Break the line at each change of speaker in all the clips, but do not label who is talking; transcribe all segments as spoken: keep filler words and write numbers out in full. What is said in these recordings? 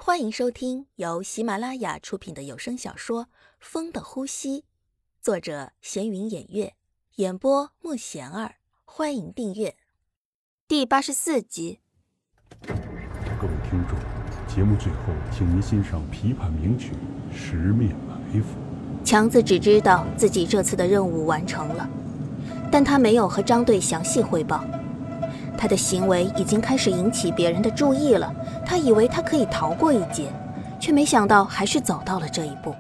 欢迎收听由喜马拉雅出品的有声小说《风的呼吸》，作者闲云掩月，演播莫贤儿。欢迎订阅。第八十四集。
各位听众，节目最后请您欣赏琵琶名曲《十面埋伏》。
强子只知道自己这次的任务完成了，但他没有和张队详细汇报。他的行为已经开始引起别人的注意了，他以为他可以逃过一劫，却没想到还是走到了这一步。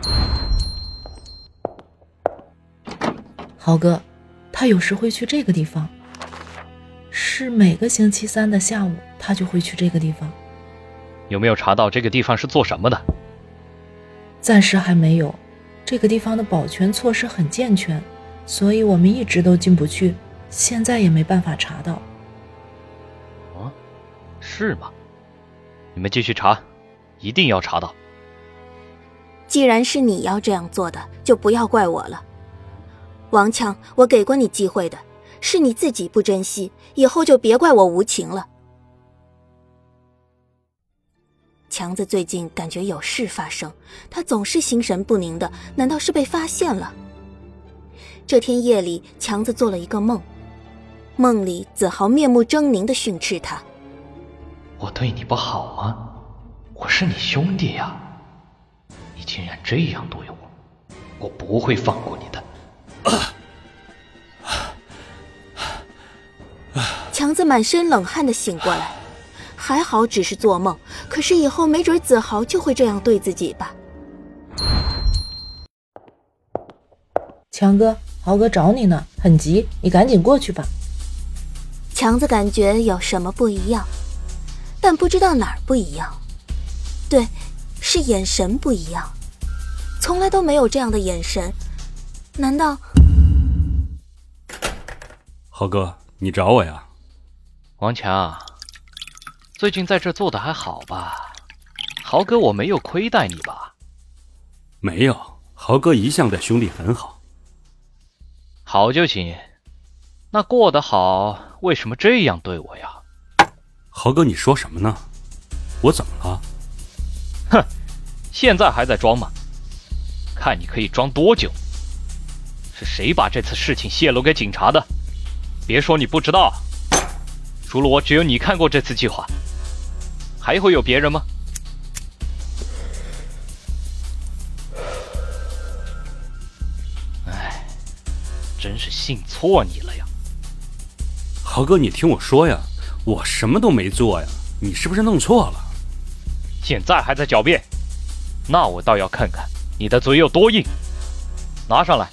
豪哥，他有时会去这个地方，是每个星期三的下午他就会去这个地方。
有没有查到这个地方是做什么的？
暂时还没有，这个地方的保全措施很健全，所以我们一直都进不去，现在也没办法查到。
啊，是吗？你们继续查，一定要查到。
既然是你要这样做的，就不要怪我了。王强，我给过你机会的，是你自己不珍惜，以后就别怪我无情了。强子最近感觉有事发生，他总是心神不宁的，难道是被发现了？这天夜里，强子做了一个梦，梦里子豪面目狰狞地训斥他：
我对你不好吗？我是你兄弟呀，你竟然这样对我，我不会放过你的。
强子满身冷汗地醒过来，还好只是做梦，可是以后没准子豪就会这样对自己吧。
强哥，豪哥找你呢，很急，你赶紧过去吧。
强子感觉有什么不一样，但不知道哪儿不一样。对，是眼神不一样，从来都没有这样的眼神。难道……
豪哥，你找我呀？
王强，最近在这做的还好吧？豪哥我没有亏待你吧？
没有，豪哥一向对兄弟很好。
好就行，那过得好，为什么这样对我呀？
豪哥，你说什么呢？我怎么了？
哼，现在还在装吗？看你可以装多久？是谁把这次事情泄露给警察的？别说你不知道，除了我，只有你看过这次计划，还会有别人吗？哎，真是信错你了呀！
豪哥，你听我说呀，我什么都没做呀，你是不是弄错了？
现在还在狡辩，那我倒要看看你的嘴有多硬，拿上来。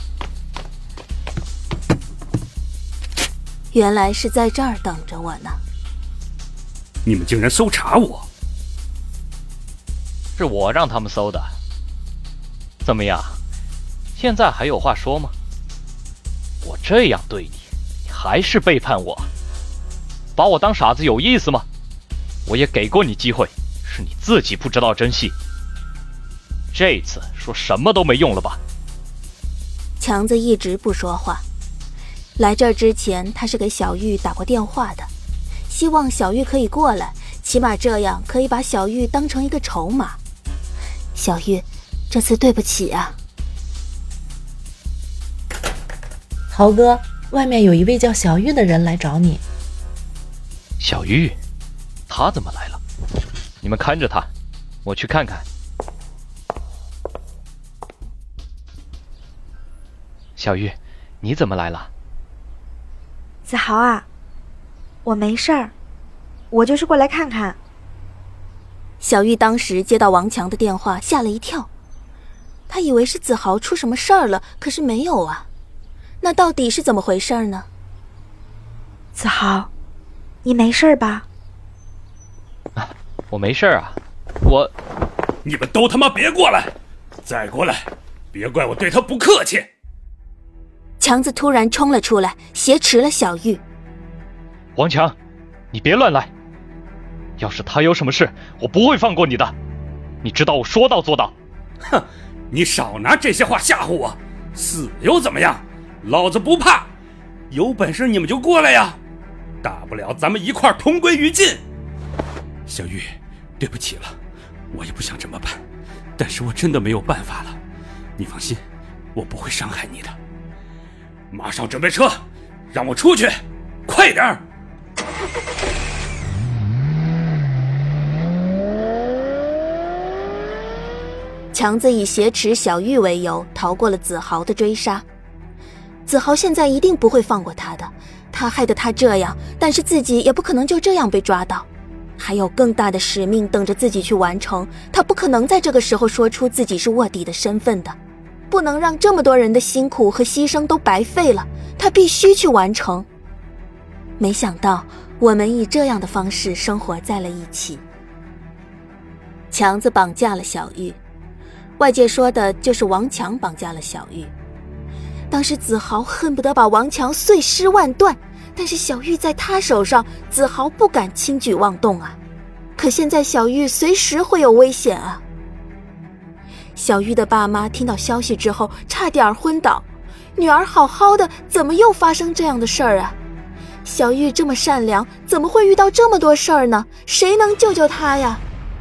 原来是在这儿等着我呢。
你们竟然搜查我！
是我让他们搜的。怎么样，现在还有话说吗？我这样对你，你还是背叛我，把我当傻子有意思吗？我也给过你机会，是你自己不知道珍惜。这次说什么都没用了吧？
强子一直不说话。来这儿之前，他是给小玉打过电话的，希望小玉可以过来，起码这样可以把小玉当成一个筹码。小玉，这次对不起啊。
豪哥，外面有一位叫小玉的人来找你。
小玉？她怎么来了？你们看着她，我去看看。小玉，你怎么来了？
子豪啊，我没事儿，我就是过来看看。
小玉当时接到王强的电话，吓了一跳，她以为是子豪出什么事儿了，可是没有啊。那到底是怎么回事呢？
子豪，你没事吧？
啊，我没事啊，我……
你们都他妈别过来！再过来，别怪我对他不客气！
强子突然冲了出来，挟持了小玉。
王强，你别乱来！要是他有什么事，我不会放过你的。你知道我说到做到。
哼，你少拿这些话吓唬我，死又怎么样？老子不怕，有本事你们就过来呀！大不了咱们一块儿同归于尽。小玉，对不起了， 我也不想这么办，但是我真的没有办法了。你放心，我不会伤害你的。马上准备车，让我出去，快点儿！
强子以挟持小玉为由逃过了子豪的追杀。子豪现在一定不会放过他的，他害得他这样，但是自己也不可能就这样被抓到，还有更大的使命等着自己去完成。他不可能在这个时候说出自己是卧底的身份的，不能让这么多人的辛苦和牺牲都白费了，他必须去完成。没想到我们以这样的方式生活在了一起。强子绑架了小玉，外界说的就是王强绑架了小玉。当时子豪恨不得把王强碎尸万段，但是小玉在他手上，子豪不敢轻举妄动啊。可现在小玉随时会有危险啊。小玉的爸妈听到消息之后差点昏倒，女儿好好的，怎么又发生这样的事儿啊？小玉这么善良，怎么会遇到这么多事儿呢？谁能救救她呀？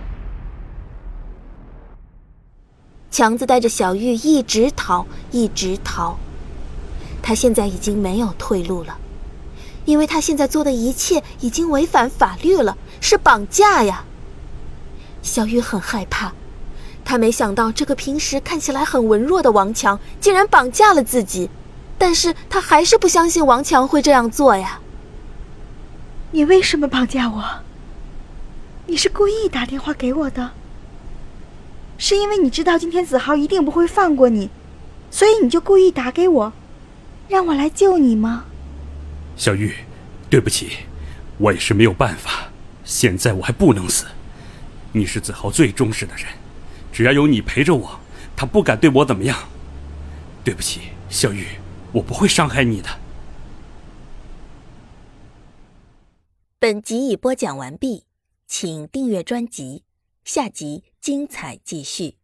强子带着小玉一直逃，一直逃。他现在已经没有退路了，因为他现在做的一切已经违反法律了，是绑架呀。小玉很害怕，他没想到这个平时看起来很文弱的王强竟然绑架了自己，但是他还是不相信王强会这样做呀。
你为什么绑架我？你是故意打电话给我的？是因为你知道今天子豪一定不会放过你，所以你就故意打给我，让我来救你吗？
小玉，对不起，我也是没有办法，现在我还不能死。你是子豪最忠实的人，只要有你陪着我，他不敢对我怎么样。对不起，小玉，我不会伤害你的。
本集已播讲完毕，请订阅专辑，下集精彩继续。